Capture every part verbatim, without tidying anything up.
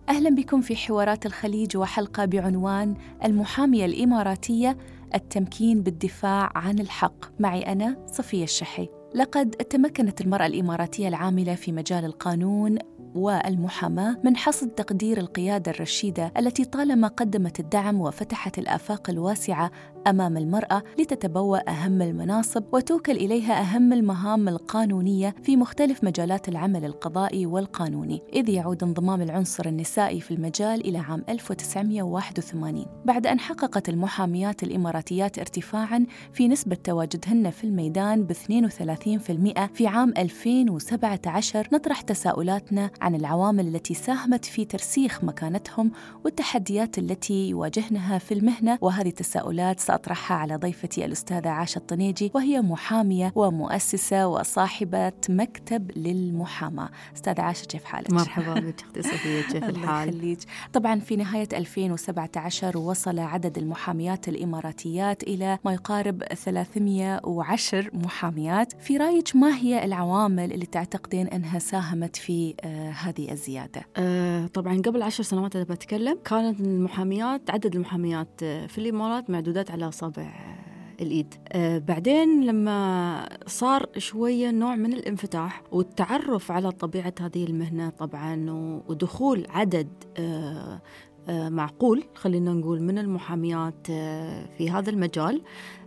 أهلا بكم في حوارات الخليج وحلقة بعنوان المحامية الإماراتية التمكين بالدفاع عن الحق. معي أنا صفية الشحي. لقد تمكنت المرأة الإماراتية العاملة في مجال القانون والمحاماة من حصد تقدير القيادة الرشيدة التي طالما قدمت الدعم وفتحت الآفاق الواسعة أمام المرأة لتتبوأ أهم المناصب وتوكل إليها أهم المهام القانونية في مختلف مجالات العمل القضائي والقانوني، إذ يعود انضمام العنصر النسائي في المجال إلى عام ألف وتسعمائة وواحد وثمانين، بعد أن حققت المحاميات الإماراتيات ارتفاعاً في نسبة تواجدهن في الميدان ب اثنين وثلاثين بالمئة في عام ألفين وسبعة عشر. نطرح تساؤلاتنا عن العوامل التي ساهمت في ترسيخ مكانتهم والتحديات التي يواجهنها في المهنة، وهذه التساؤلات سأطرحها على ضيفتي الأستاذة عاشة الطنيجي، وهي محامية ومؤسسة وصاحبة مكتب للمحاماة. أستاذة عاشة، كيف حالك؟ مرحبا بك أختي صفية، كيف الحال؟ الله يخليك. طبعا في نهاية ألفين وسبعة عشر وصل عدد المحاميات الإماراتيات إلى ما يقارب ثلاثمائة وعشر محاميات. في رأيك ما هي العوامل اللي تعتقدين أنها ساهمت في آه هذه الزيادة؟ آه طبعا قبل عشر سنوات أنا بتكلم كانت المحاميات عدد المحاميات في الإمارات معدودات على أصابع الإيد. آه بعدين لما صار شوية نوع من الانفتاح والتعرف على طبيعة هذه المهنة طبعا ودخول عدد آه آه معقول خلينا نقول من المحاميات آه في هذا المجال،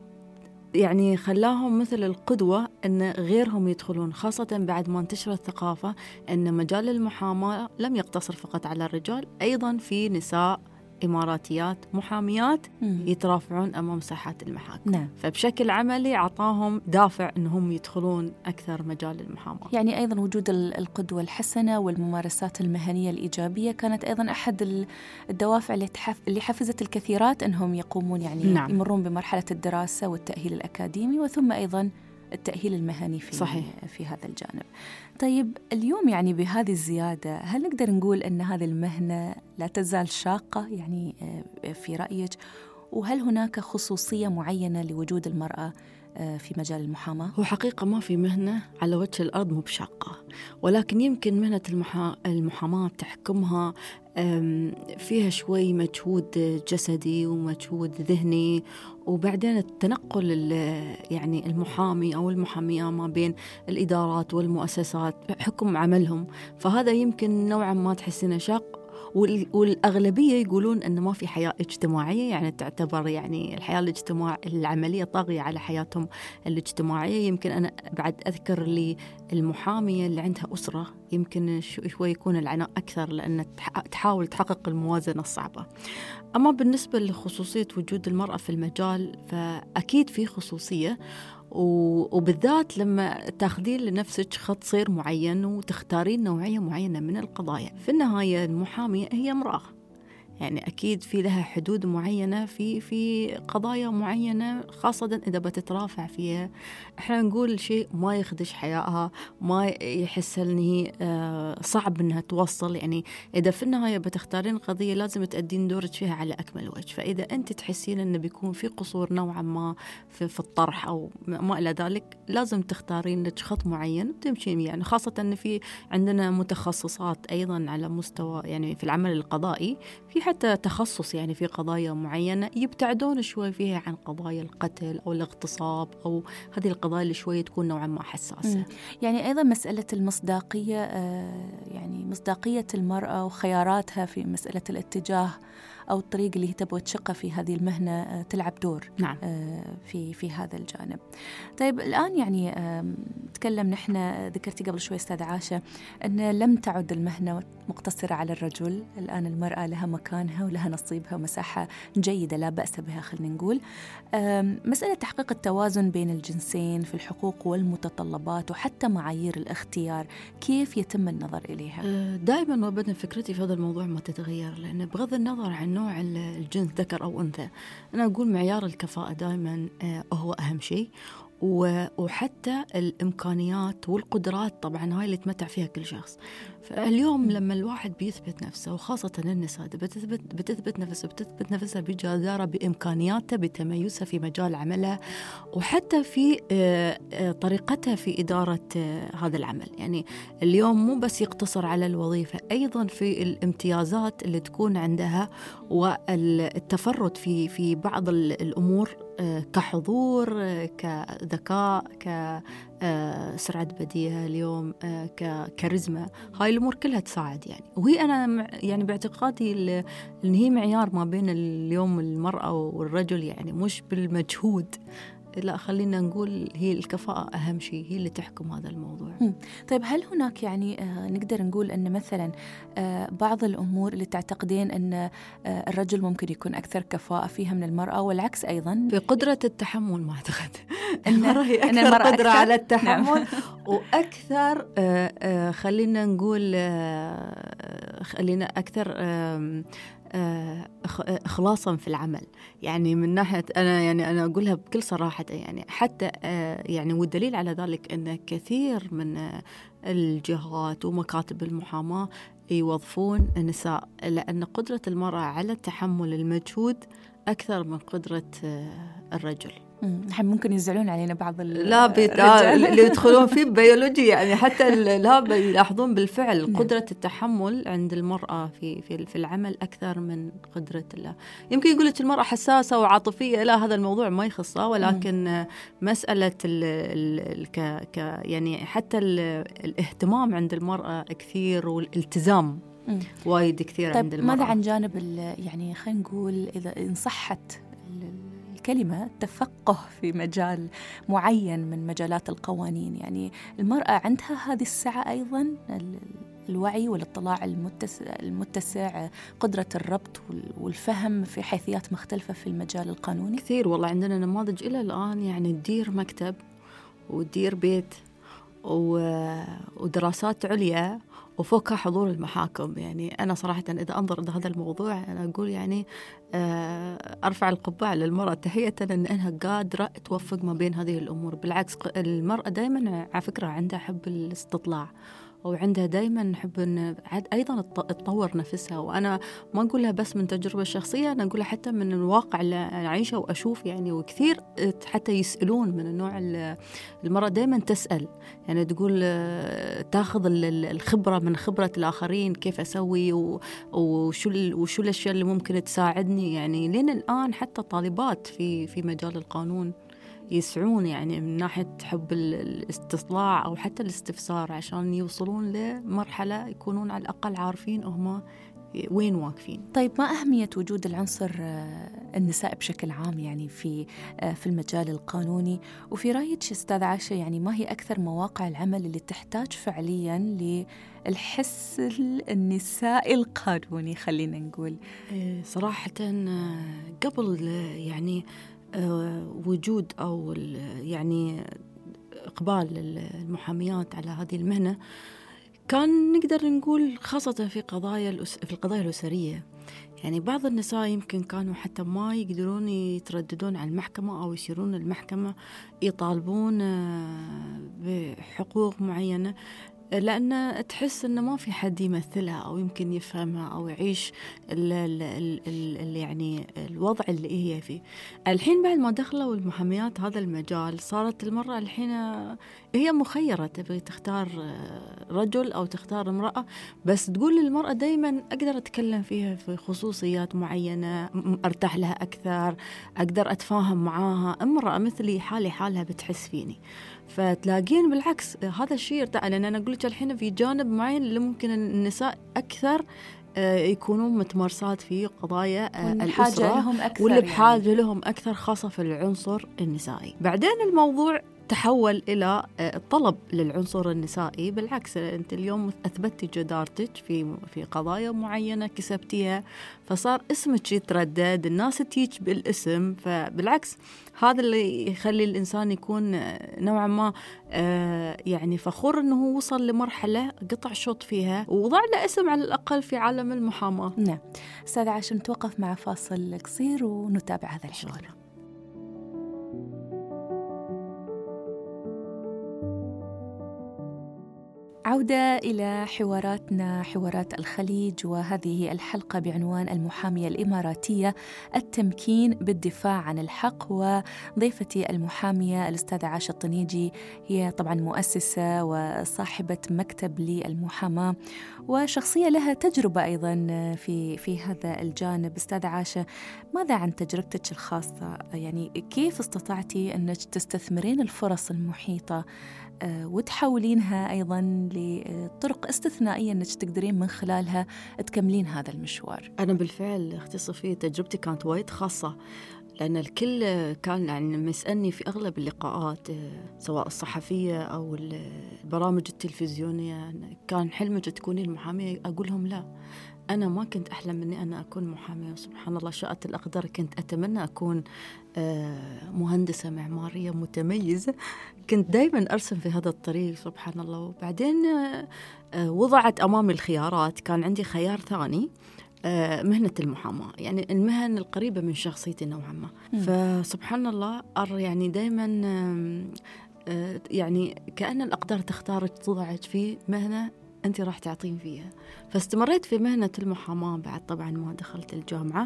يعني خلاهم مثل القدوة أن غيرهم يدخلون، خاصة بعد ما انتشرت الثقافة أن مجال المحاماة لم يقتصر فقط على الرجال، أيضا في نساء إماراتيات محاميات يترافعون أمام ساحات المحاكم. نعم. فبشكل عملي عطاهم دافع أنهم يدخلون أكثر مجال المحاماة. يعني أيضا وجود القدوة الحسنة والممارسات المهنية الإيجابية كانت أيضا أحد الدوافع اللي, تحف... اللي حفزت الكثيرات أنهم يقومون يعني نعم. يمرون بمرحلة الدراسة والتأهيل الأكاديمي وثم أيضا التأهيل المهني في صحيح. في هذا الجانب. طيب اليوم يعني بهذه الزيادة هل نقدر نقول أن هذه المهنة لا تزال شاقة يعني في رأيك؟ وهل هناك خصوصية معينة لوجود المرأة في مجال المحاماة؟ هو حقيقة ما في مهنة على وجه الأرض مو بشاقة، ولكن يمكن مهنة المحا... المحاماة تحكمها فيها شوي مجهود جسدي ومجهود ذهني، وبعدين التنقل يعني المحامي أو المحامية ما بين الإدارات والمؤسسات بحكم عملهم، فهذا يمكن نوعا ما تحسينه شاق. والأغلبية يقولون أن ما في حياة اجتماعية، يعني تعتبر يعني الحياة الاجتماع العملية طاغية على حياتهم الاجتماعية. يمكن أنا بعد أذكر لي المحامية اللي عندها أسرة يمكن شوي يكون العناء أكثر لأن تحاول تحقق الموازنة الصعبة. أما بالنسبة لخصوصية وجود المرأة في المجال فأكيد في خصوصية، وبالذات لما تاخذين لنفسك خط سير معين وتختارين نوعية معينة من القضايا. في النهاية المحامية هي امرأة، يعني أكيد في لها حدود معينة في في قضايا معينة، خاصة إذا بتترافع فيها. إحنا نقول شيء ما يخدش حيائها، ما يحس إن هي صعب إنها توصل. يعني إذا في النهاية بتختارين قضية لازم تأدين دورك فيها على أكمل وجه. فإذا أنت تحسين إنه بيكون في قصور نوعا ما في, في الطرح أو ما إلى ذلك، لازم تختارين لك خط معين وتمشين يعني. خاصة إن في عندنا متخصصات أيضا على مستوى يعني في العمل القضائي، في حتى تخصص يعني في قضايا معينة يبتعدون شوي فيها عن قضايا القتل أو الاغتصاب أو هذه القضايا اللي شوي تكون نوعا ما حساسة. يعني أيضا مسألة المصداقية، يعني مصداقية المرأة وخياراتها في مسألة الاتجاه أو الطريق اللي تبغى تشقه في هذه المهنة تلعب دور. نعم. في في هذا الجانب. طيب الآن يعني نتكلم، نحن ذكرتي قبل شوي أستاذ عاشة أن لم تعد المهنة مقتصرة على الرجل، الآن المرأة لها مكانها ولها نصيبها ومساحة جيدة لا بأس بها. خلينا نقول مسألة تحقيق التوازن بين الجنسين في الحقوق والمتطلبات وحتى معايير الاختيار، كيف يتم النظر إليها؟ دائما وابدا فكرتي في هذا الموضوع ما تتغير، لأن بغض النظر عن نوع الجنس ذكر أو أنثى، أنا أقول معيار الكفاءة دائما هو أهم شيء. وحتى الإمكانيات والقدرات طبعا هاي اللي تمتع فيها كل شخص. فاليوم لما الواحد بيثبت نفسه، وخاصة النساء بتثبت, بتثبت نفسها بتثبت نفسها بجدارة بإمكانياتها بتميزها في مجال عملها، وحتى في طريقتها في إدارة هذا العمل. يعني اليوم مو بس يقتصر على الوظيفة، أيضا في الامتيازات اللي تكون عندها والتفرد في في بعض الأمور كحضور، كذكاء، كسرعة بديهة، اليوم ككاريزما. هاي الأمور كلها تساعد يعني. وهي أنا يعني باعتقادي إن هي معيار ما بين اليوم المرأة والرجل، يعني مش بالمجهود، لا خلينا نقول هي الكفاءة أهم شيء، هي اللي تحكم هذا الموضوع. طيب هل هناك يعني آه نقدر نقول أن مثلا آه بعض الأمور اللي تعتقدين أن آه الرجل ممكن يكون أكثر كفاءة فيها من المرأة، والعكس أيضا في قدرة التحمل؟ ما أعتقد أن المرأة هي أكثر المرأة قدرة أكثر على التحمل. نعم. وأكثر آه آه خلينا نقول آه خلينا أكثر آه إخلاصاً في العمل. يعني من ناحية أنا يعني أنا أقولها بكل صراحة، يعني حتى يعني والدليل على ذلك أن كثير من الجهات ومكاتب المحاماة يوظفون النساء، لأن قدرة المرأة على تحمل المجهود أكثر من قدرة الرجل. نحن ممكن يزعلون علينا بعض لا اللي يدخلون فيه بيولوجي، يعني حتى لا بيلاحظون بالفعل نعم. قدرة التحمل عند المرأة في في في العمل أكثر من قدرة الله. يمكن يقول لك المرأة حساسة وعاطفية، لا هذا الموضوع ما يخصها، ولكن م. مسألة ال ال ك ك يعني حتى الاهتمام عند المرأة كثير، والالتزام م. وايد كثير طيب عند المرأة. ماذا عن جانب يعني خلينا نقول إذا إن صحت كلمة تفقه في مجال معين من مجالات القوانين، يعني المرأة عندها هذه السعة أيضا، الوعي والاطلاع المتسع, المتسع قدرة الربط والفهم في حيثيات مختلفة في المجال القانوني؟ كثير والله، عندنا نماذج إلى الآن يعني تدير مكتب وتدير بيت ودراسات عليا وفوقها حضور المحاكم. يعني أنا صراحة إذا أنظر لهذا الموضوع أنا أقول يعني أرفع القبعة للمرأة تحية أنها قادرة توفق ما بين هذه الأمور. بالعكس المرأة دائما على فكرة عندها حب الاستطلاع، وعندها دائما حب أن أيضا تطور نفسها. وأنا ما أقولها بس من تجربة شخصية، أنا أقولها حتى من الواقع اللي أعيشه وأشوف يعني. وكثير حتى يسألون من النوع المرأة دائما تسأل، يعني تقول تاخذ الخبرة من خبرة الآخرين، كيف أسوي وشو وشو الأشياء اللي ممكن تساعدني. يعني لين الآن حتى طالبات في في مجال القانون يسعون يعني من ناحية حب الاستطلاع أو حتى الاستفسار، عشان يوصلون لمرحلة يكونون على الأقل عارفين هم وين واقفين. طيب ما أهمية وجود العنصر النساء بشكل عام يعني في في المجال القانوني؟ وفي رأيك أستاذ عاشة يعني ما هي أكثر مواقع العمل اللي تحتاج فعليا للحس النسائي القانوني خلينا نقول؟ صراحة قبل يعني وجود أو يعني إقبال المحاميات على هذه المهنة، كان نقدر نقول خاصة في قضايا في القضايا الأسرية، يعني بعض النساء يمكن كانوا حتى ما يقدرون يترددون على المحكمة أو يسيرون المحكمة يطالبون بحقوق معينة، لأن تحس أنه ما في حد يمثلها أو يمكن يفهمها أو يعيش ال ال ال ال يعني الوضع اللي هي فيه. الحين بعد ما دخلوا المحاميات هذا المجال، صارت المرأة الحين هي مخيرة، تبغي تختار رجل أو تختار امرأة، بس تقول للمرأة دايما أقدر أتكلم فيها في خصوصيات معينة، أرتاح لها أكثر، أقدر أتفاهم معاها، امرأة مثلي حالي حالها بتحس فيني. فتلاقين بالعكس هذا الشيء يرتاح، لأن أنا أقول لك الحين في جانب معين اللي ممكن النساء أكثر يكونون متمارسات في قضايا الأسرة واللي بحاجة يعني. لهم أكثر خاصة في العنصر النسائي. بعدين الموضوع تحول إلى الطلب للعنصر النسائي. بالعكس أنت اليوم أثبتي جدارتك في في قضايا معينة كسبتيها، فصار اسمك يتردد، الناس تيج بالاسم. فبالعكس هذا اللي يخلي الإنسان يكون نوعا ما يعني فخور أنه وصل لمرحلة قطع شوط فيها ووضع له اسم على الأقل في عالم المحاماة. نعم أستاذ عاشة، نتوقف مع فاصل قصير ونتابع هذا الحوار. عودة إلى حواراتنا، حوارات الخليج، وهذه الحلقة بعنوان المحامية الإماراتية التمكين بالدفاع عن الحق. وضيفتي المحامية الأستاذة عاشة الطنيجي هي طبعا مؤسسة وصاحبة مكتب للمحاماة وشخصية لها تجربة أيضا في في هذا الجانب. أستاذة عاشة، ماذا عن تجربتك الخاصة؟ يعني كيف استطعتي أنك تستثمرين الفرص المحيطة وتحولينها أيضاً لطرق استثنائية أنك تقدرين من خلالها تكملين هذا المشوار؟ أنا بالفعل أختي صفية تجربتي كانت وايد خاصة، لأن الكل كان يعني مسألني في أغلب اللقاءات سواء الصحفية أو البرامج التلفزيونية، كان حلمك تكونين محامية؟ أقول لهم لا، أنا ما كنت أحلم أني أنا أكون محامية، سبحان الله شاءت الأقدار كنت أتمنى أكون مهندسة معمارية متميزة، كنت دايما أرسم في هذا الطريق سبحان الله. وبعدين وضعت أمامي الخيارات، كان عندي خيار ثاني مهنة المحاماة، يعني المهن القريبة من شخصيتي نوعا ما. فسبحان الله يعني دايما يعني كأن الأقدار تختارك تضعك في مهنة أنت راح تعطين فيها. فاستمريت في مهنة المحاماة بعد طبعا ما دخلت الجامعة،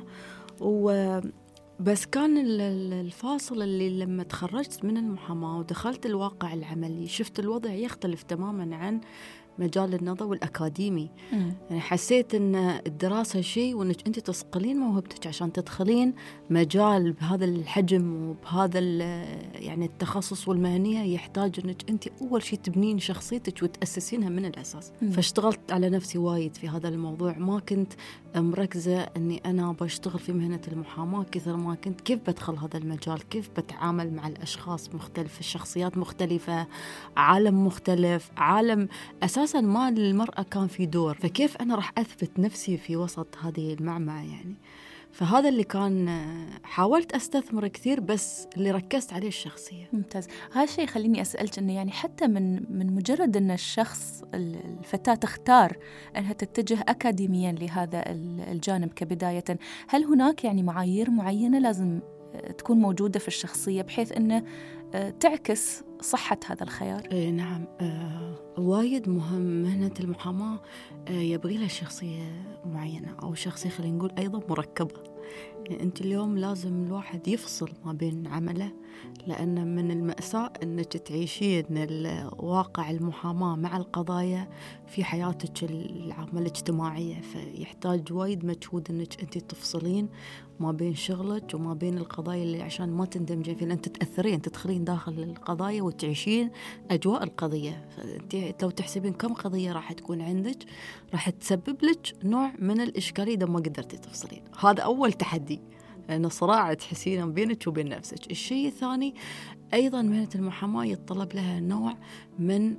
وبس كان الفاصل اللي لما تخرجت من المحاماة ودخلت الواقع العملي شفت الوضع يختلف تماما عن مجال النظر والأكاديمي. م. يعني حسيت أن الدراسة شيء وأنك أنت تصقلين موهبتك عشان تدخلين مجال بهذا الحجم وبهذا يعني التخصص والمهنية، يحتاج أنك أنت أول شيء تبنين شخصيتك وتأسسينها من الأساس. م. فاشتغلت على نفسي وايد في هذا الموضوع، ما كنت مركزة أني أنا بشتغل في مهنة المحاماة كثر ما كنت كيف بدخل هذا المجال، كيف بتعامل مع الأشخاص مختلفة، الشخصيات مختلفة، عالم مختلف، عالم أساس أساساً ما للمرأة كان في دور، فكيف أنا راح أثبت نفسي في وسط هذه المعمعة يعني. فهذا اللي كان حاولت أستثمر كثير، بس اللي ركزت عليه الشخصية. ممتاز. هذا الشيء خليني أسألك إنه يعني حتى من من مجرد أن الشخص الفتاة تختار أنها تتجه أكاديمياً لهذا الجانب كبداية، هل هناك يعني معايير معينة لازم تكون موجودة في الشخصية بحيث أنه تعكس صحة هذا الخيار؟ إيه نعم، آه وايد مهم. مهنة المحاماة آه يبغي لها شخصية معينة، أو شخصية خلينا نقول أيضا مركبة. يعني أنت اليوم لازم الواحد يفصل ما بين عمله، لأن من المأساة أنك تعيشين الواقع المحاماة مع القضايا في حياتك العامة الاجتماعية، فيحتاج وايد مجهود أنك أنت تفصلين ما بين شغلك وما بين القضايا اللي عشان ما تندمجين فيه، لأن تتأثرين تدخلين داخل القضايا وتعيشين أجواء القضية. فأنت لو تحسبين كم قضية راح تكون عندك راح تسبب لك نوع من الإشكالية إذا ما قدرتي تفصلين. هذا أول تحدي، لأن صراع تحسين بينك وبين نفسك. الشيء الثاني أيضا مهنة المحاماة يتطلب لها نوع من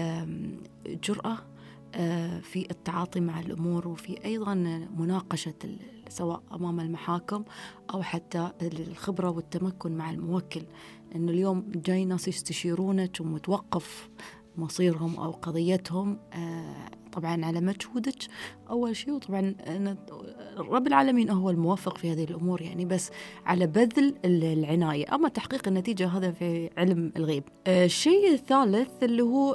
الجرأة في التعاطي مع الأمور، وفي أيضا مناقشة سواء أمام المحاكم أو حتى الخبرة والتمكن مع الموكل. إنه اليوم جاي ناس يستشيرونك ومتوقف مصيرهم أو قضيتهم طبعا على مجهودك أول شيء، وطبعا رب العالمين هو الموفق في هذه الأمور يعني، بس على بذل العناية. أما تحقيق النتيجة هذا في علم الغيب. الشيء الثالث اللي هو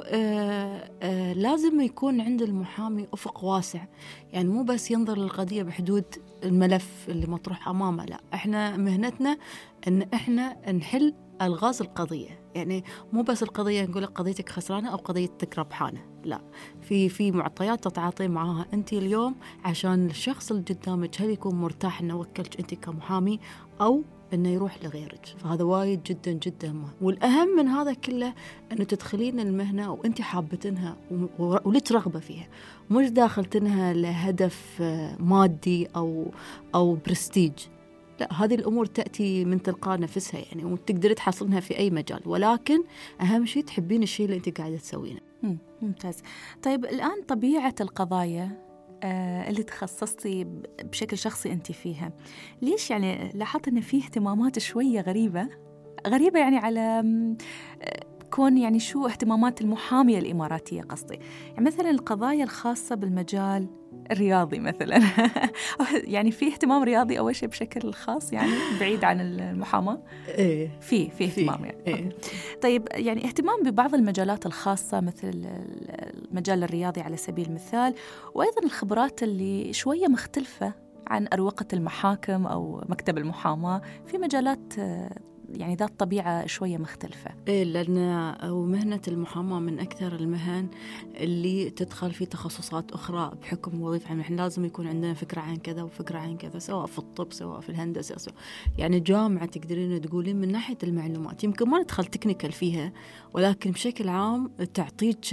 لازم يكون عند المحامي أفق واسع، يعني مو بس ينظر للقضية بحدود الملف اللي مطروح أمامه، لا، إحنا مهنتنا إن إحنا نحل ألغاز القضية. يعني مو بس القضية نقول قضيتك خسرانة أو قضيتك ربحانة، لا، في في معطيات تتعاطي معها أنت اليوم عشان الشخص اللي قدامك هل يكون مرتاح إنه وكلك أنت كمحامي أو إنه يروح لغيرك. فهذا وايد جدا جدا مهم. والأهم من هذا كله إنه تدخلين المهنة وأنت حابتنها ولك رغبة فيها، مش داخلتنها لهدف مادي أو أو برستيج. لا، هذه الأمور تأتي من تلقاء نفسها يعني، وتقدر تحصلها في أي مجال، ولكن أهم شيء تحبين الشيء اللي أنت قاعدة تسوينه. ممتاز. طيب الآن طبيعة القضايا آه اللي تخصصتي بشكل شخصي أنت فيها، ليش يعني لاحظت أن فيه اهتمامات شوية غريبة غريبة يعني على كون يعني شو اهتمامات المحامية الإماراتية قصدي، يعني مثلا القضايا الخاصة بالمجال الرياضي مثلا. يعني في اهتمام رياضي أول شيء بشكل خاص يعني بعيد عن المحاماة؟ إيه في في اهتمام يعني. إيه. طيب يعني اهتمام ببعض المجالات الخاصة مثل المجال الرياضي على سبيل المثال، وأيضا الخبرات اللي شوية مختلفة عن أروقة المحاكم أو مكتب المحاماة في مجالات يعني ذات طبيعة شوية مختلفة. إيه، لأن مهنة المحاماة من أكثر المهن اللي تدخل في تخصصات أخرى بحكم وظيفة. يعني إحنا لازم يكون عندنا فكرة عن كذا وفكرة عن كذا، سواء في الطب سواء في الهندسة سواء. يعني جامعة تقدرين تقولين من ناحية المعلومات يمكن ما ندخل تكنيكال فيها، ولكن بشكل عام تعطيك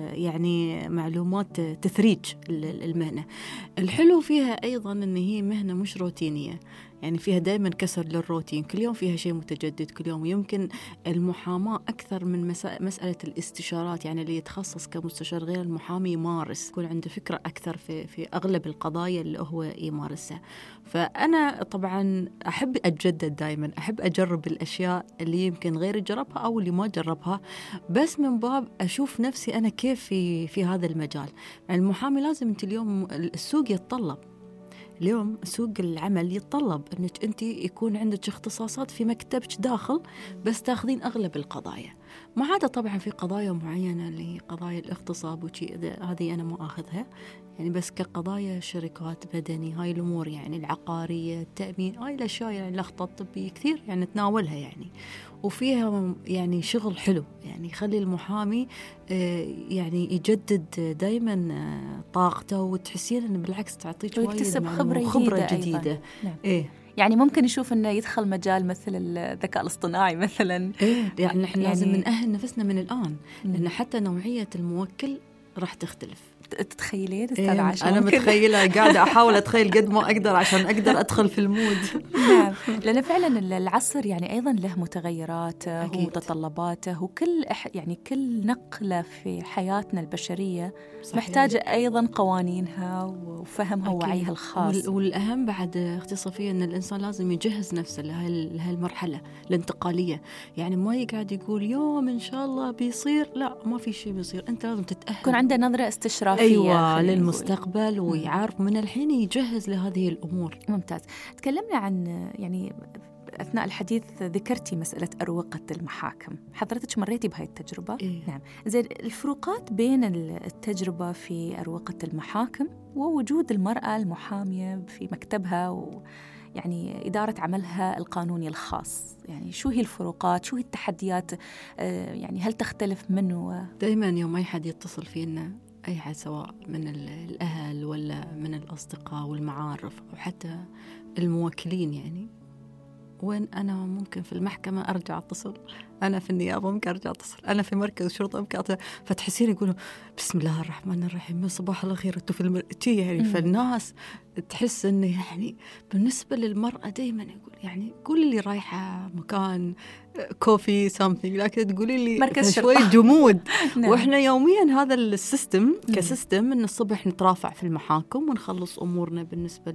يعني معلومات تثريج المهنة. الحلو فيها أيضا أن هي مهنة مش روتينية، يعني فيها دائما كسر للروتين، كل يوم فيها شيء متجدد كل يوم. يمكن المحاماة أكثر من مسألة الاستشارات، يعني اللي يتخصص كمستشار غير المحامي يمارس، يكون عنده فكرة أكثر في, في أغلب القضايا اللي هو يمارسها. فأنا طبعا أحب أتجدد دائما، أحب أجرب الأشياء اللي يمكن غير جربها أو اللي ما جربها، بس من باب أشوف نفسي أنا كيف في, في هذا المجال. يعني المحامي لازم أنت اليوم السوق يتطلب، اليوم سوق العمل يتطلب أنك أنت يكون عندك اختصاصات في مكتبك داخل، بس تاخذين أغلب القضايا، ما عدا طبعا في قضايا معينة اللي هي قضايا الاغتصاب وشي، هذه أنا ما أخذها يعني، بس كقضايا شركات مدني هاي الأمور يعني العقارية التأمين هاي الأشياء يعني الأخطاء الطبية كثير يعني نتناولها يعني، وفيها يعني شغل حلو يعني يخلي المحامي يعني يجدد دايما طاقته، وتحسين أنه بالعكس تعطيك ويكتسب خبرة, خبرة جديدة, جديدة. نعم. إيه. يعني ممكن يشوف أنه يدخل مجال مثل الذكاء الاصطناعي مثلا. إيه يعني نحن يعني لازم نأهل نفسنا من الآن، لأن حتى نوعية الموكل راح تختلف. تتخيلين أستاذ عاشا؟ أنا متخيلة قاعدة أحاول أتخيل قد ما أقدر عشان أقدر أدخل في المود. نعم، لأن فعلا العصر يعني أيضا له متغيراته ومتطلباته، وكل يعني كل نقلة في حياتنا البشرية صحيح. محتاجة أيضا قوانينها وفهمها ووعيها الخاص. والأهم بعد اختصاصية أن الإنسان لازم يجهز نفسه لهذه المرحلة الانتقالية، يعني ما يقعد يقول يوم إن شاء الله بيصير، لا ما في شيء بيصير، أنت لازم تتأهل، يكون عنده نظرة استشرافية أيوة للمستقبل، ويعرف من الحين يجهز لهذه الأمور. ممتاز. تكلمنا عن يعني أثناء الحديث ذكرتي مسألة أروقة المحاكم، حضرتك مريتي بهاي التجربة؟ إيه؟ نعم. زين، الفروقات بين التجربة في أروقة المحاكم ووجود المرأة المحامية في مكتبها و يعني إدارة عملها القانوني الخاص، يعني شو هي الفروقات، شو هي التحديات، آه يعني هل تختلف منه؟ دايما يوم أي حد يتصل فينا، أي حد سواء من الأهل ولا من الأصدقاء والمعارف أو حتى الموكلين، يعني وين أنا ممكن في المحكمة أرجع أتصل، أنا في النيابة ممكن أرجع أتصل، أنا في مركز الشرطة ممكن أتصل، فتحسين يقولوا بسم الله الرحمن الرحيم من صباح الخير أنتوا في المرتي يعني. فالناس تحس إنه يعني بالنسبة للمرأة دايما يقول يعني قولي لي رايحة مكان كوفي سامثينج، لكن تقولي لي مركز شوي جمود. نعم. وإحنا يوميا هذا السيستم كسيستم إن الصبح نترافع في المحاكم ونخلص أمورنا بالنسبة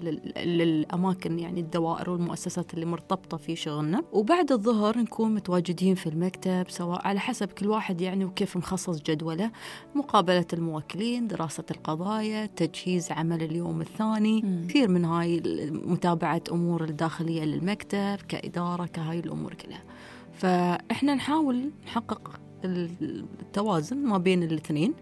للأماكن يعني الدوائر والمؤسسات اللي مرتبطة في شغلنا، وبعد الظهر نكون متواجدين في المكتب، سواء على حسب كل واحد يعني وكيف مخصص جدوله، مقابلة الموكلين، دراسة القضايا، تجهيز عمل اليوم الثاني، م. كثير من هاي متابعة أمور الداخلية للمكتب كإدارة كهاي الأمور كلها. فإحنا نحاول نحقق التوازن ما بين الاثنين،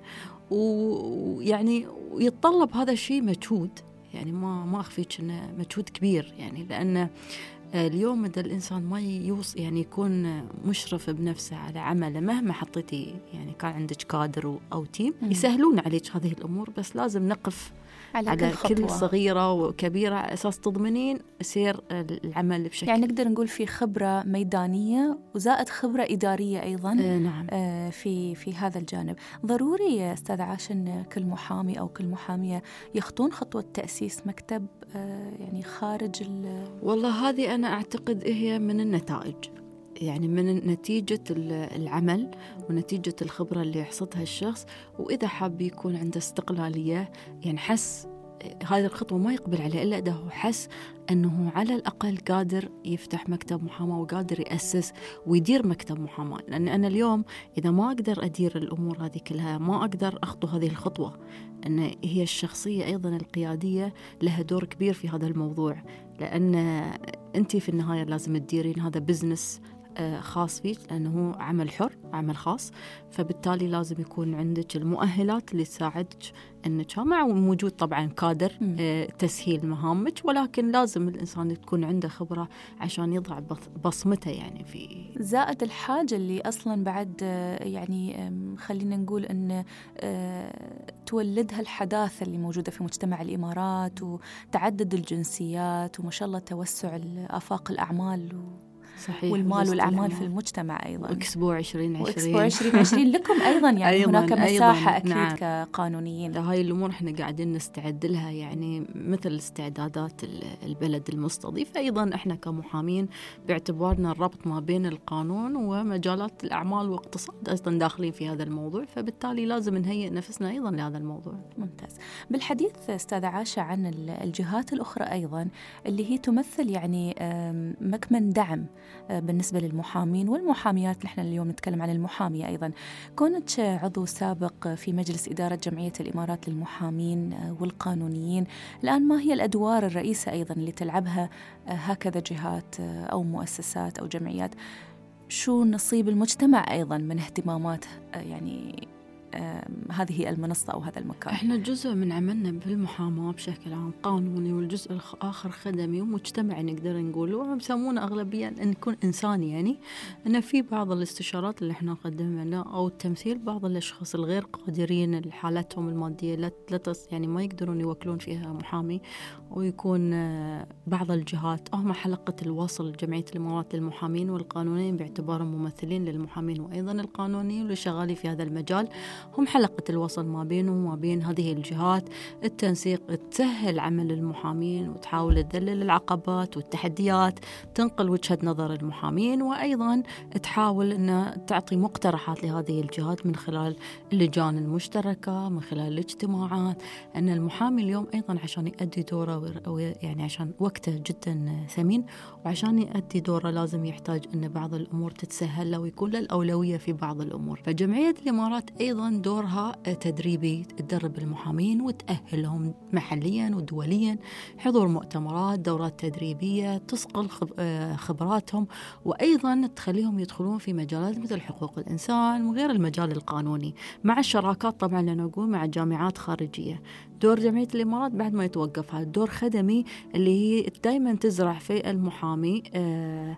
ويعني يتطلب هذا الشيء مجهود، يعني ما ما أخفيك إنه مجهود كبير، يعني لأن اليوم إذا الإنسان ما يوص يعني يكون مشرف بنفسه على عمله، مهما حطيتي يعني كان عندك كادر أو تيم يسهلون عليك هذه الأمور، بس لازم نقف على, على كل, كل صغيرة وكبيرة على أساس تضمنين سير العمل بشكل، يعني نقدر نقول في خبرة ميدانية وزائد خبرة إدارية أيضا. آه نعم. آه في في هذا الجانب ضروري يا أستاذ عاش إن كل محامي أو كل محامية يخطون خطوة تأسيس مكتب آه يعني خارج ال والله هذه أنا أعتقد هي من النتائج، يعني من نتيجة العمل ونتيجة الخبرة اللي يحصدها الشخص، وإذا حاب يكون عنده استقلالية يعني حس هذه الخطوة ما يقبل عليها إلا إذا هو حس أنه على الأقل قادر يفتح مكتب محاماة وقادر يأسس ويدير مكتب محاماة. لأن أنا اليوم إذا ما أقدر أدير الأمور هذه كلها ما أقدر أخطو هذه الخطوة. أن هي الشخصية أيضا القيادية لها دور كبير في هذا الموضوع، لأن أنت في النهاية لازم تديرين هذا بزنس خاص فيك، لأنه عمل حر، عمل خاص، فبالتالي لازم يكون عندك المؤهلات اللي تساعدك أنك مع وجود طبعا كادر م. تسهيل مهامك، ولكن لازم الإنسان تكون عنده خبرة عشان يضع بصمته يعني في زائد الحاجة اللي أصلا بعد يعني خلينا نقول أن تولدها الحداثة اللي موجودة في مجتمع الإمارات وتعدد الجنسيات وما شاء الله توسع آفاق الأعمال و صحيح. والمال والأعمال في المجتمع أيضا. وإكسبو عشرين عشرين وإكسبو عشرين عشرين لكم أيضا يعني أيضاً هناك مساحة أيضاً أكيد نعم. كقانونيين هاي الأمور إحنا قاعدين نستعد لها، يعني مثل استعدادات البلد المستضيف. أيضا إحنا كمحامين باعتبارنا الربط ما بين القانون ومجالات الأعمال واقتصاد أيضا داخلين في هذا الموضوع، فبالتالي لازم نهيئ نفسنا أيضا لهذا الموضوع. ممتاز. بالحديث أستاذة عاشة عن الجهات الأخرى أيضا اللي هي تمثل يعني مكمن دعم بالنسبة للمحامين والمحاميات. نحن اليوم نتكلم عن المحامية أيضا. كنت عضو سابق في مجلس إدارة جمعية الإمارات للمحامين والقانونيين، الآن ما هي الأدوار الرئيسة أيضا اللي تلعبها هكذا جهات أو مؤسسات أو جمعيات؟ شو نصيب المجتمع أيضا من اهتمامات يعني هذه المنصة أو هذا المكان؟ إحنا جزء من عملنا بالمحاماة بشكل عام قانوني، والجزء الآخر خدمي ومجتمعي نقدر نقول، ويسمونه أغلبية أن يكون إنساني. يعني أن في بعض الاستشارات اللي إحنا نقدمها أو التمثيل بعض الأشخاص الغير قادرين لحالتهم المادية لا يعني ما يقدرون يوكلون فيها محامي، ويكون بعض الجهات هم حلقة الوصل جمعية الإمارات للمحامين والقانونيين باعتبارهم ممثلين للمحامين وأيضا القانونيين واللي شغالين في هذا المجال، هم حلقة الوصل ما بينه وما بين هذه الجهات. التنسيق تسهل عمل المحامين وتحاول تذلل العقبات والتحديات، تنقل وجهة نظر المحامين، وأيضا تحاول أن تعطي مقترحات لهذه الجهات من خلال اللجان المشتركة، من خلال الاجتماعات. أن المحامي اليوم أيضا عشان يؤدي دوره، أو يعني عشان وقته جدا ثمين، وعشان يؤدي دوره لازم يحتاج أن بعض الأمور تتسهل له ويكون له الأولوية في بعض الأمور. فجمعية الإمارات أيضا دورها تدريبي، تدرب المحامين وتأهلهم محليا ودوليا، حضور مؤتمرات، دورات تدريبية تصقل خبراتهم، وأيضا تخليهم يدخلون في مجالات مثل حقوق الإنسان وغير المجال القانوني، مع الشراكات طبعا لأنه نقول مع جامعات خارجية. دور جمعية الإمارات بعد ما يتوقف هذا الدور خدمي اللي هي دايما تزرع في المحامي آآ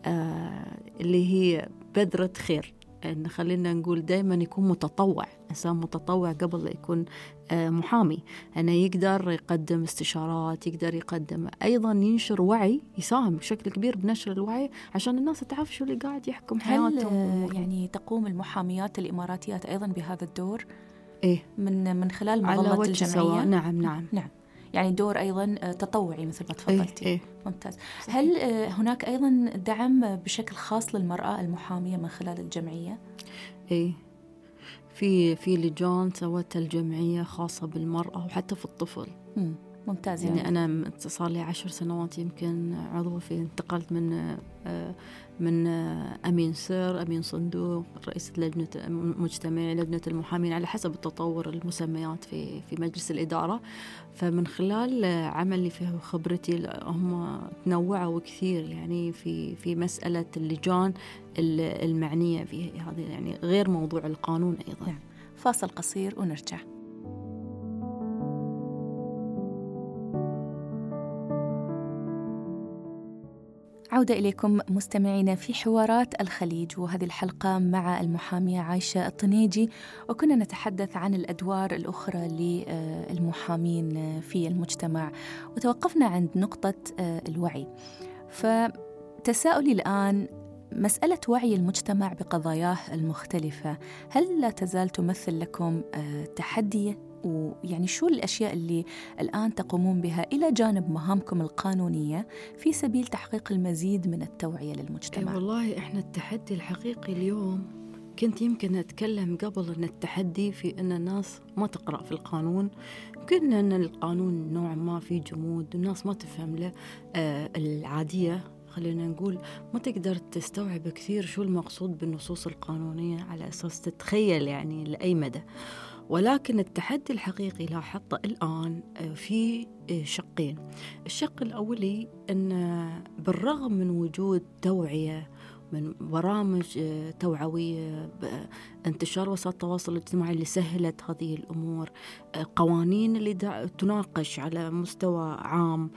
آآ اللي هي بذرة خير، إن خلينا نقول دايما يكون متطوع، إنسان متطوع قبل لا يكون محامي، أنه يقدر يقدم استشارات، يقدر يقدم أيضا ينشر وعي، يساهم بشكل كبير بنشر الوعي عشان الناس تعرف شو اللي قاعد يحكم حياتهم. هل يعني تقوم المحاميات الإماراتيات أيضا بهذا الدور؟ إيه، من من خلال مظلة الجمعية؟ نعم نعم نعم، يعني دور أيضا تطوعي مثل ما تفضلتي. إيه إيه. ممتاز. هل هناك أيضا دعم بشكل خاص للمرأة المحامية من خلال الجمعية؟ إيه، في في لجان سوتها الجمعية خاصة بالمرأة وحتى في الطفل. مم. ممتاز. يعني, يعني أنا صار لي عشر سنوات يمكن عضو في، انتقلت من من أمين سر، أمين صندوق، رئيسة لجنة مجتمعي، لجنة المحامين، على حسب التطور المسميات في في مجلس الإدارة. فمن خلال عملي فيه وخبرتي هم تنوعوا كثير يعني في في مسألة اللجان المعنية في هذه، يعني غير موضوع القانون أيضا. نعم. فاصل قصير ونرجع. عودة إليكم مستمعينا في حوارات الخليج، وهذه الحلقة مع المحامية عايشة الطنيجي، وكنا نتحدث عن الأدوار الأخرى للمحامين في المجتمع، وتوقفنا عند نقطة الوعي. فتساؤلي الآن مسألة وعي المجتمع بقضاياه المختلفة، هل لا تزال تمثل لكم تحدي؟ ويعني شو الأشياء اللي الآن تقومون بها إلى جانب مهامكم القانونية في سبيل تحقيق المزيد من التوعية للمجتمع؟ والله إحنا التحدي الحقيقي اليوم كنت يمكن أتكلم قبل أن التحدي في أن الناس ما تقرأ في القانون، كنا أن القانون نوعا ما فيه جمود، الناس ما تفهم له آه العادية، خلينا نقول ما تقدر تستوعب كثير شو المقصود بالنصوص القانونية على أساس تتخيل يعني لأي مدى. ولكن التحدي الحقيقي لاحظته الآن في شقين. الشق الأولي أن بالرغم من وجود توعية من برامج توعوية، انتشار وسائل التواصل الاجتماعي اللي سهلت هذه الأمور، قوانين اللي تناقش على مستوى عام،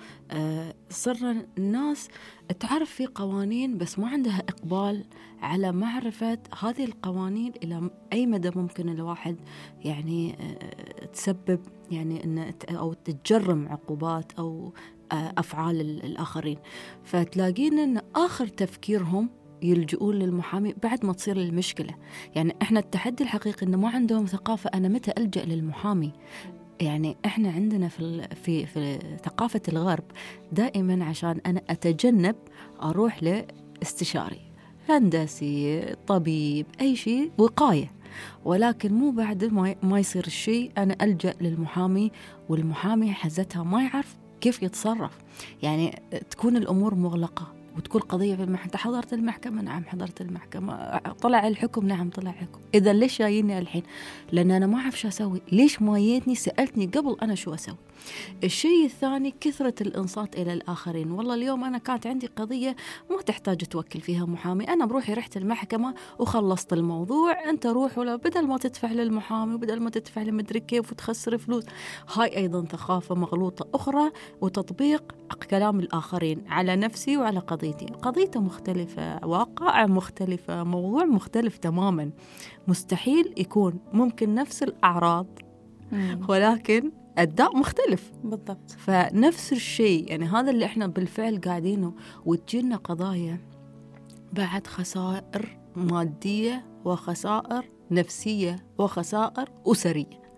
صرنا الناس تعرف في قوانين بس ما عندها إقبال على معرفة هذه القوانين إلى أي مدى ممكن الواحد يعني تسبب يعني إن أو تجرم عقوبات أو أفعال الآخرين. فتلاقين إن آخر تفكيرهم يلجؤون للمحامي بعد ما تصير المشكلة. يعني إحنا التحدي الحقيقي إنه ما عندهم ثقافة أنا متى ألجأ للمحامي. يعني إحنا عندنا في في في ثقافة الغرب دائما عشان أنا أتجنب أروح لاستشاري هندسي طبيب أي شيء وقاية، ولكن مو بعد ما ما يصير الشيء أنا ألجأ للمحامي، والمحامي حزتها ما يعرف كيف يتصرف. يعني تكون الأمور مغلقة وتكون قضية في المحكمة. حضرت المحكمة؟ نعم حضرت المحكمة. طلع الحكم؟ نعم طلع الحكم. إذا ليش جاييني الحين؟ لأن أنا ما أعرف شو أسوي. ليش ما جيتني سألتني قبل أنا شو أسوي؟ الشيء الثاني كثرة الإنصات إلى الآخرين. والله اليوم أنا كانت عندي قضية ما تحتاج توكل فيها محامي، أنا بروحي رحت المحكمة وخلصت الموضوع، أنت روح، ولا بدل ما تدفع للمحامي وبدل ما تدفع لمدري كيف وتخسر فلوس. هاي أيضا ثقافة مغلوطة أخرى وتطبيق كلام الآخرين على نفسي وعلى قضيتي. قضيته مختلفة، واقع مختلفة، موضوع مختلف تماما. مستحيل يكون ممكن نفس الأعراض مم. ولكن الداء مختلف بالضبط. فنفس الشيء يعني هذا اللي احنا بالفعل قاعدينه، وتجينا قضايا بعد خسائر مادية وخسائر نفسية وخسائر أسرية،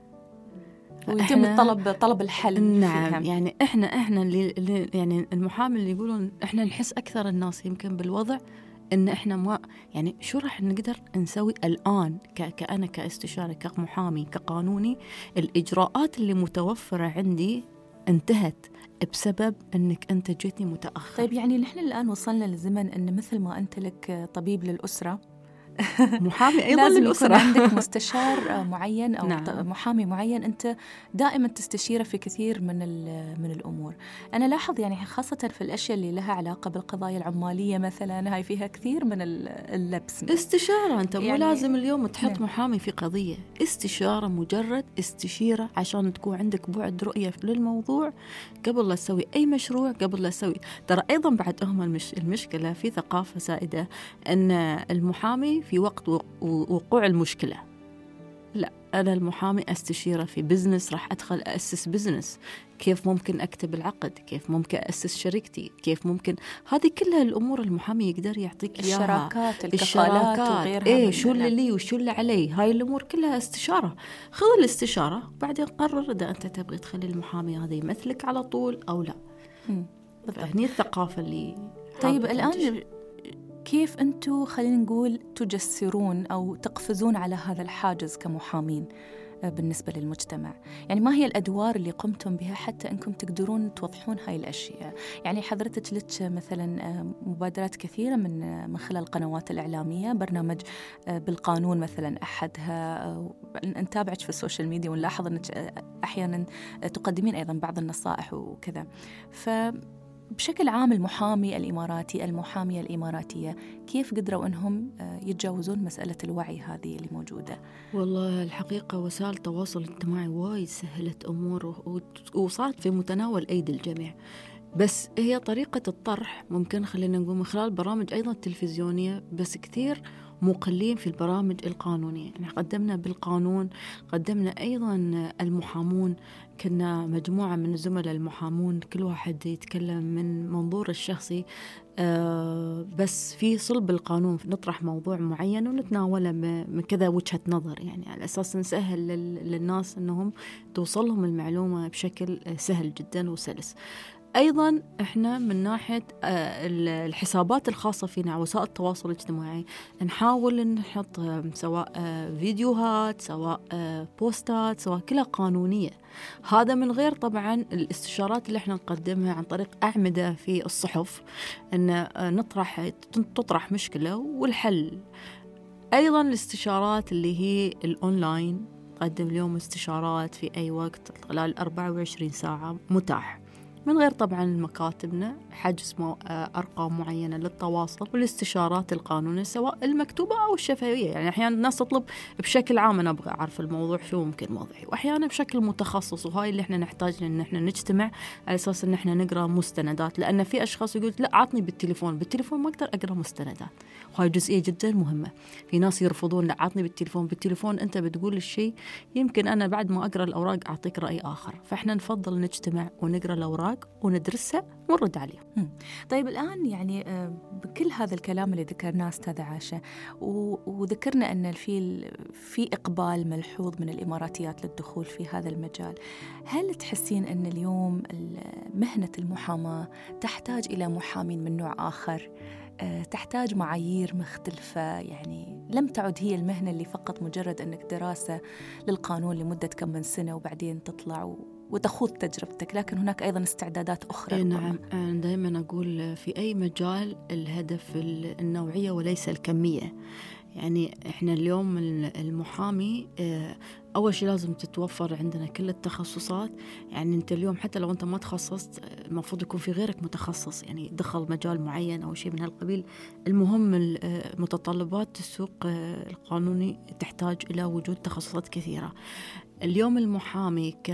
ويتم طلب طلب الحل. نعم يعني احنا احنا اللي يعني المحامي اللي يقولون احنا نحس اكثر الناس يمكن بالوضع ان احنا ما يعني شو راح نقدر نسوي الان كأنا كاستشاري كمحامي كقانوني. الاجراءات اللي متوفرة عندي انتهت بسبب انك انت جيتني متاخر. طيب يعني نحن الان وصلنا لزمن ان مثل ما انت لك طبيب للاسره محامي أيضا لازم للأسرة. يكون عندك مستشار معين أو نعم. محامي معين أنت دائما تستشيره في كثير من من الأمور. أنا لاحظ يعني خاصة في الأشياء اللي لها علاقة بالقضايا العمالية مثلا، هاي فيها كثير من اللبس. استشارة، أنت مو يعني لازم اليوم تحط نعم. محامي في قضية. استشارة مجرد استشيرة عشان تكون عندك بعد رؤية للموضوع قبل لا تسوي أي مشروع، قبل لا تسوي. ترى أيضا بعد هم المش... المشكلة في ثقافة سائدة أن المحامي في وقت وقوع المشكلة. لا، أنا المحامي أستشيره في بزنس، راح أدخل أسس بزنس، كيف ممكن أكتب العقد، كيف ممكن أسس شركتي، كيف ممكن هذه كلها الأمور المحامي يقدر يعطيك إياها. الشراكات الكفالات وغيرها. إيه شو اللي لي وشو اللي علي، هاي الأمور كلها استشارة. خذ الاستشارة بعدين قرر إذا أنت تبغي تخلي المحامي هذا يمثلك على طول أو لا. هني الثقافة اللي. طيب الآن كيف أنتوا خلينا نقول تجسرون أو تقفزون على هذا الحاجز كمحامين بالنسبة للمجتمع؟ يعني ما هي الأدوار اللي قمتم بها حتى أنكم تقدرون توضحون هاي الأشياء؟ يعني حضرتك لك مثلا مبادرات كثيرة من من خلال القنوات الإعلامية، برنامج بالقانون مثلا أحدها، نتابعك في السوشيال ميديا ونلاحظ أنك أحيانا تقدمين أيضا بعض النصائح وكذا. ف بشكل عام المحامي الإماراتي، المحامية الإماراتية، كيف قدروا أنهم يتجاوزون مسألة الوعي هذه اللي موجودة؟ والله الحقيقة وسائل التواصل الاجتماعي وايد سهلت أمور وصارت في متناول أيدي الجميع، بس هي طريقة الطرح ممكن خلينا نقول من خلال برامج أيضا التلفزيونية، بس كثير مقلين في البرامج القانونية. يعني قدمنا بالقانون، قدمنا أيضا المحامون، كنا مجموعة من الزملاء المحامون كل واحد يتكلم من منظور الشخصي، أه بس في صلب القانون نطرح موضوع معين ونتناوله من كذا وجهة نظر، يعني على أساس نسهل للناس أنهم توصلهم المعلومة بشكل سهل جدا وسلس. أيضا إحنا من ناحية الحسابات الخاصة فينا على وسائل التواصل الاجتماعي نحاول نحط سواء فيديوهات سواء بوستات سواء كلها قانونية. هذا من غير طبعا الاستشارات اللي احنا نقدمها عن طريق أعمدة في الصحف، أن نطرح تطرح مشكلة والحل. أيضا الاستشارات اللي هي الأونلاين، نقدم اليوم استشارات في أي وقت خلال أربعة وعشرين ساعة متاح، من غير طبعا مكاتبنا حجز أرقام معينة للتواصل والاستشارات القانونية سواء المكتوبة أو الشفهية. يعني أحيانا الناس تطلب بشكل عام أنا أبغى أعرف الموضوع شو ممكن موضوعي، وأحيانا بشكل متخصص، وهاي اللي إحنا نحتاج إن إحنا نجتمع على أساس إن إحنا نقرأ مستندات. لأن في أشخاص يقول لا عطني بالتليفون، بالتليفون ما أقدر أقرأ مستندات، وهاي جزئية جدا مهمة. في ناس يرفضون لا عطني بالتليفون، بالتليفون أنت بتقول الشيء يمكن أنا بعد ما أقرأ الأوراق أعطيك رأي آخر، فإحنا نفضل نجتمع ونقرأ الأوراق وندرسها ونرد عليها. طيب الآن يعني بكل هذا الكلام اللي ذكرناه أستاذة عاشة، وذكرنا أن في في إقبال ملحوظ من الإماراتيات للدخول في هذا المجال، هل تحسين أن اليوم مهنة المحاماة تحتاج إلى محامين من نوع آخر، تحتاج معايير مختلفة؟ يعني لم تعد هي المهنة اللي فقط مجرد أنك دراسة للقانون لمدة كم من سنة وبعدين تطلع وتخوض تجربتك، لكن هناك أيضا استعدادات أخرى. نعم، أنا دائما أقول في أي مجال الهدف النوعية وليس الكمية. يعني إحنا اليوم المحامي أول شيء لازم تتوفر عندنا كل التخصصات. يعني أنت اليوم حتى لو أنت ما تخصصت المفروض يكون في غيرك متخصص، يعني دخل مجال معين أو شيء من هالقبيل. المهم متطلبات السوق القانوني تحتاج إلى وجود تخصصات كثيرة. اليوم المحامي ك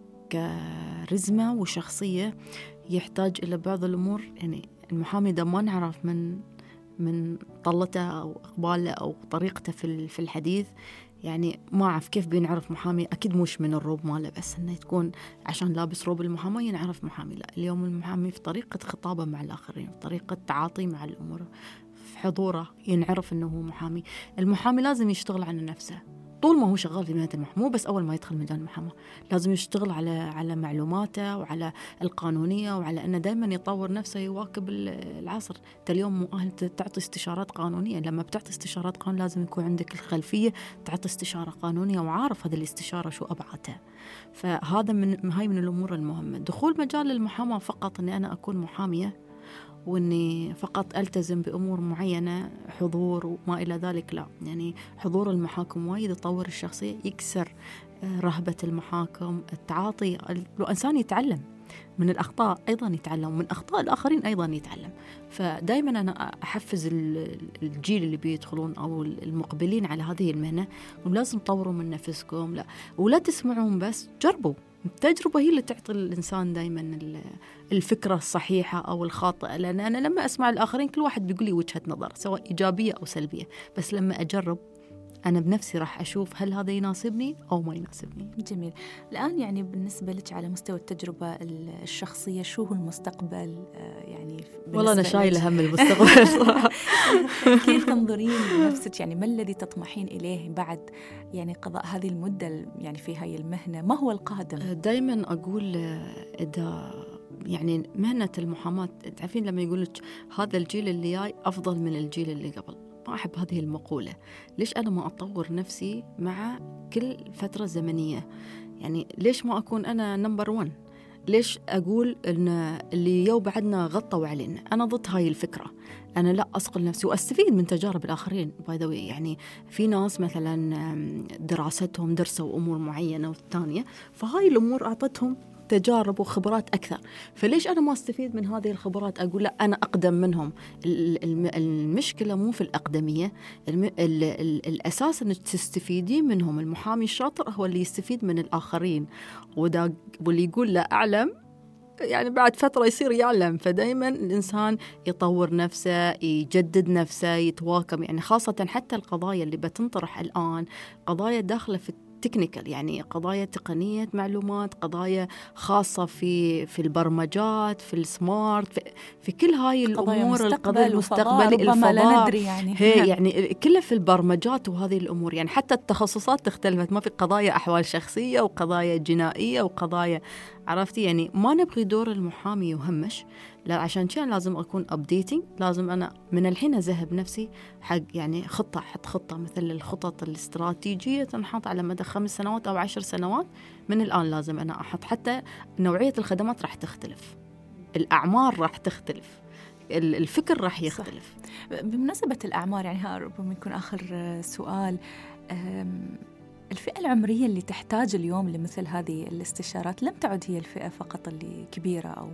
كرزمة وشخصية يحتاج إلى بعض الأمور. يعني المحامي ده ما نعرف من من طلته أو إقباله أو طريقته في في الحديث، يعني ما أعرف كيف بنعرف محامي. أكيد مش من الروب ماله بس إنه تكون عشان لابس روب المحامي ينعرف محامي، لا. اليوم المحامي في طريقة خطابه مع الآخرين، في طريقة تعاطي مع الأمور، في حضوره ينعرف إنه هو محامي. المحامي لازم يشتغل على نفسه طول ما هو شغال في مهنة المحاماة، مو بس أول ما يدخل مجال المحاماة. لازم يشتغل على على معلوماته وعلى القانونية وعلى أنه دائما يطور نفسه يواكب العصر. أنت اليوم مؤهل تعطي استشارات قانونية، لما بتعطي استشارات قانون لازم يكون عندك الخلفية تعطي استشارة قانونية وعارف هذه الاستشارة شو أبعادها. فهذا من هاي من الأمور المهمة. دخول مجال المحاماة فقط أني أنا أكون محامية وإني فقط ألتزم بأمور معينة حضور وما إلى ذلك، لا. يعني حضور المحاكم وايد يطور الشخصية، يكسر رهبة المحاكم، التعاطي. الإنسان يتعلم من الأخطاء، أيضا يتعلم من أخطاء الآخرين، أيضا يتعلم. فدايما أنا أحفز الجيل اللي بيدخلون أو المقبلين على هذه المهنة ولازم تطوروا من نفسكم، لا ولا تسمعون بس، جربوا. التجربة هي اللي تعطي الإنسان دايما الفكرة الصحيحة أو الخاطئة. لأن أنا لما أسمع الآخرين كل واحد بيقول لي وجهة نظر سواء إيجابية أو سلبية، بس لما أجرب أنا بنفسي راح أشوف هل هذا يناسبني أو ما يناسبني. جميل. الآن يعني بالنسبة لك على مستوى التجربة الشخصية شو هو المستقبل؟ يعني والله أنا شايلة هم المستقبل صراحة. كيف تنظرين لنفسك؟ يعني ما الذي تطمحين إليه بعد يعني قضاء هذه المدة يعني في هاي المهنة؟ ما هو القادم؟ دايما أقول إذا يعني مهنة المحاماة، تعرفين لما يقولك هذا الجيل اللي جاي أفضل من الجيل اللي قبل، ما أحب هذه المقولة. ليش أنا ما أطور نفسي مع كل فترة زمنية؟ يعني ليش ما أكون أنا نمبر ون؟ ليش أقول إن اللي يو بعدنا غطوا علينا؟ أنا ضد هاي الفكرة. أنا لا أصقل نفسي وأستفيد من تجارب الآخرين. باي ذا واي، يعني في ناس مثلا دراستهم درسوا أمور معينة والثانية، فهاي الأمور أعطتهم تجارب وخبرات أكثر. فليش أنا ما أستفيد من هذه الخبرات؟ أقول لا أنا أقدم منهم. المشكلة مو في الأقدمية، الأساس أنك تستفيدين منهم. المحامي الشاطر هو اللي يستفيد من الآخرين، واللي يقول لا أعلم يعني بعد فترة يصير يعلم. فدايما الإنسان يطور نفسه، يجدد نفسه، يتواكب. يعني خاصة حتى القضايا اللي بتنطرح الآن قضايا داخلة في تكنيكال، يعني قضايا تقنية معلومات، قضايا خاصة في في البرمجات، في السمارت، في, في كل هاي الأمور، القضايا المستقبلي، ربما الفضاء، لا ندري يعني هي يعني كلها في البرمجات وهذه الأمور. يعني حتى التخصصات تختلفت، ما في قضايا أحوال شخصية وقضايا جنائية وقضايا، عرفتي؟ يعني ما نبغي دور المحامي يهمش، لا عشان كذا لازم أكون أبديتنج، لازم أنا من الحين أذهب نفسي حق يعني خطة، حط خطة مثل الخطط الاستراتيجية تنحط على مدى خمس سنوات أو عشر سنوات. من الآن لازم أنا أحط، حتى نوعية الخدمات راح تختلف، الأعمار راح تختلف، الفكر راح يختلف. صح. بمناسبة الأعمار، يعني ها ربما يكون آخر سؤال، الفئة العمرية اللي تحتاج اليوم لمثل هذه الاستشارات لم تعد هي الفئة فقط اللي كبيرة أو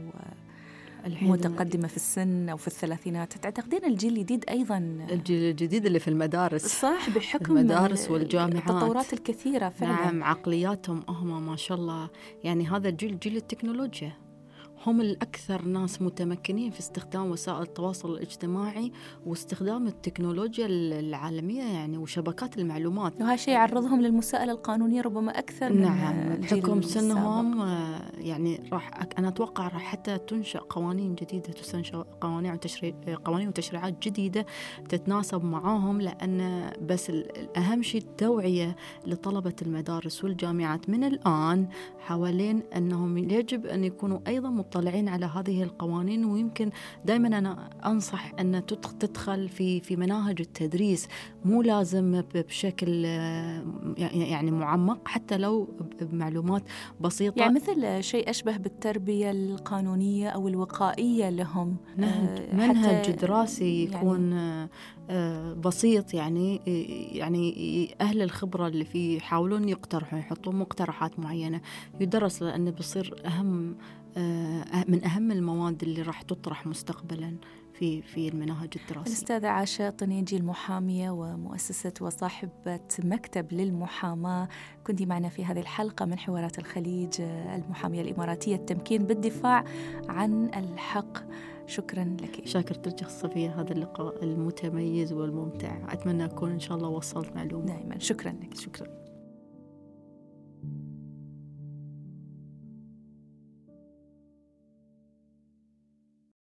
متقدمة في السن أو في الثلاثينات. تعتقدين الجيل الجديد أيضا، الجيل الجديد اللي في المدارس، صح، بحكم المدارس والجامعات، التطورات الكثيرة فعلا. نعم، عقلياتهم هم ما شاء الله، يعني هذا الجيل جيل التكنولوجيا، هم الأكثر ناس متمكنين في استخدام وسائل التواصل الاجتماعي واستخدام التكنولوجيا العالمية يعني وشبكات المعلومات، وهذا شيء يعرضهم للمساءلة القانونية ربما أكثر. نعم، بحكم سنهم يعني راح أنا أتوقع راح حتى تنشأ قوانين جديدة، تنشأ قوانين وتشريع قوانين وتشريعات جديدة تتناسب معاهم، لأن بس الأهم شيء التوعية لطلبة المدارس والجامعات من الآن حوالين أنهم يجب أن يكونوا أيضا مطلعين على هذه القوانين. ويمكن دائما أنا أنصح أن تدخل في في مناهج التدريس، مو لازم بشكل يعني معمق، حتى لو بمعلومات بسيطة، يعني مثل شيء أشبه بالتربية القانونية أو الوقائية لهم، منهج, منهج دراسي يكون يعني بسيط، يعني يعني أهل الخبرة اللي فيه يحاولون يقترحوا يحطون مقترحات معينة يدرس، لأنه بصير أهم من أهم المواد اللي راح تطرح مستقبلا في في المناهج الدراسية. الأستاذة عاشا طنيجي، المحامية ومؤسسة وصاحبة مكتب للمحاماة، كنت معنا في هذه الحلقة من حوارات الخليج، المحامية الإماراتية، التمكين بالدفاع عن الحق. شكرا لك. شاكرة لك صفية، هذا اللقاء المتميز والممتع، أتمنى أكون إن شاء الله وصلت معلومة دائما. شكرا لك. شكرا.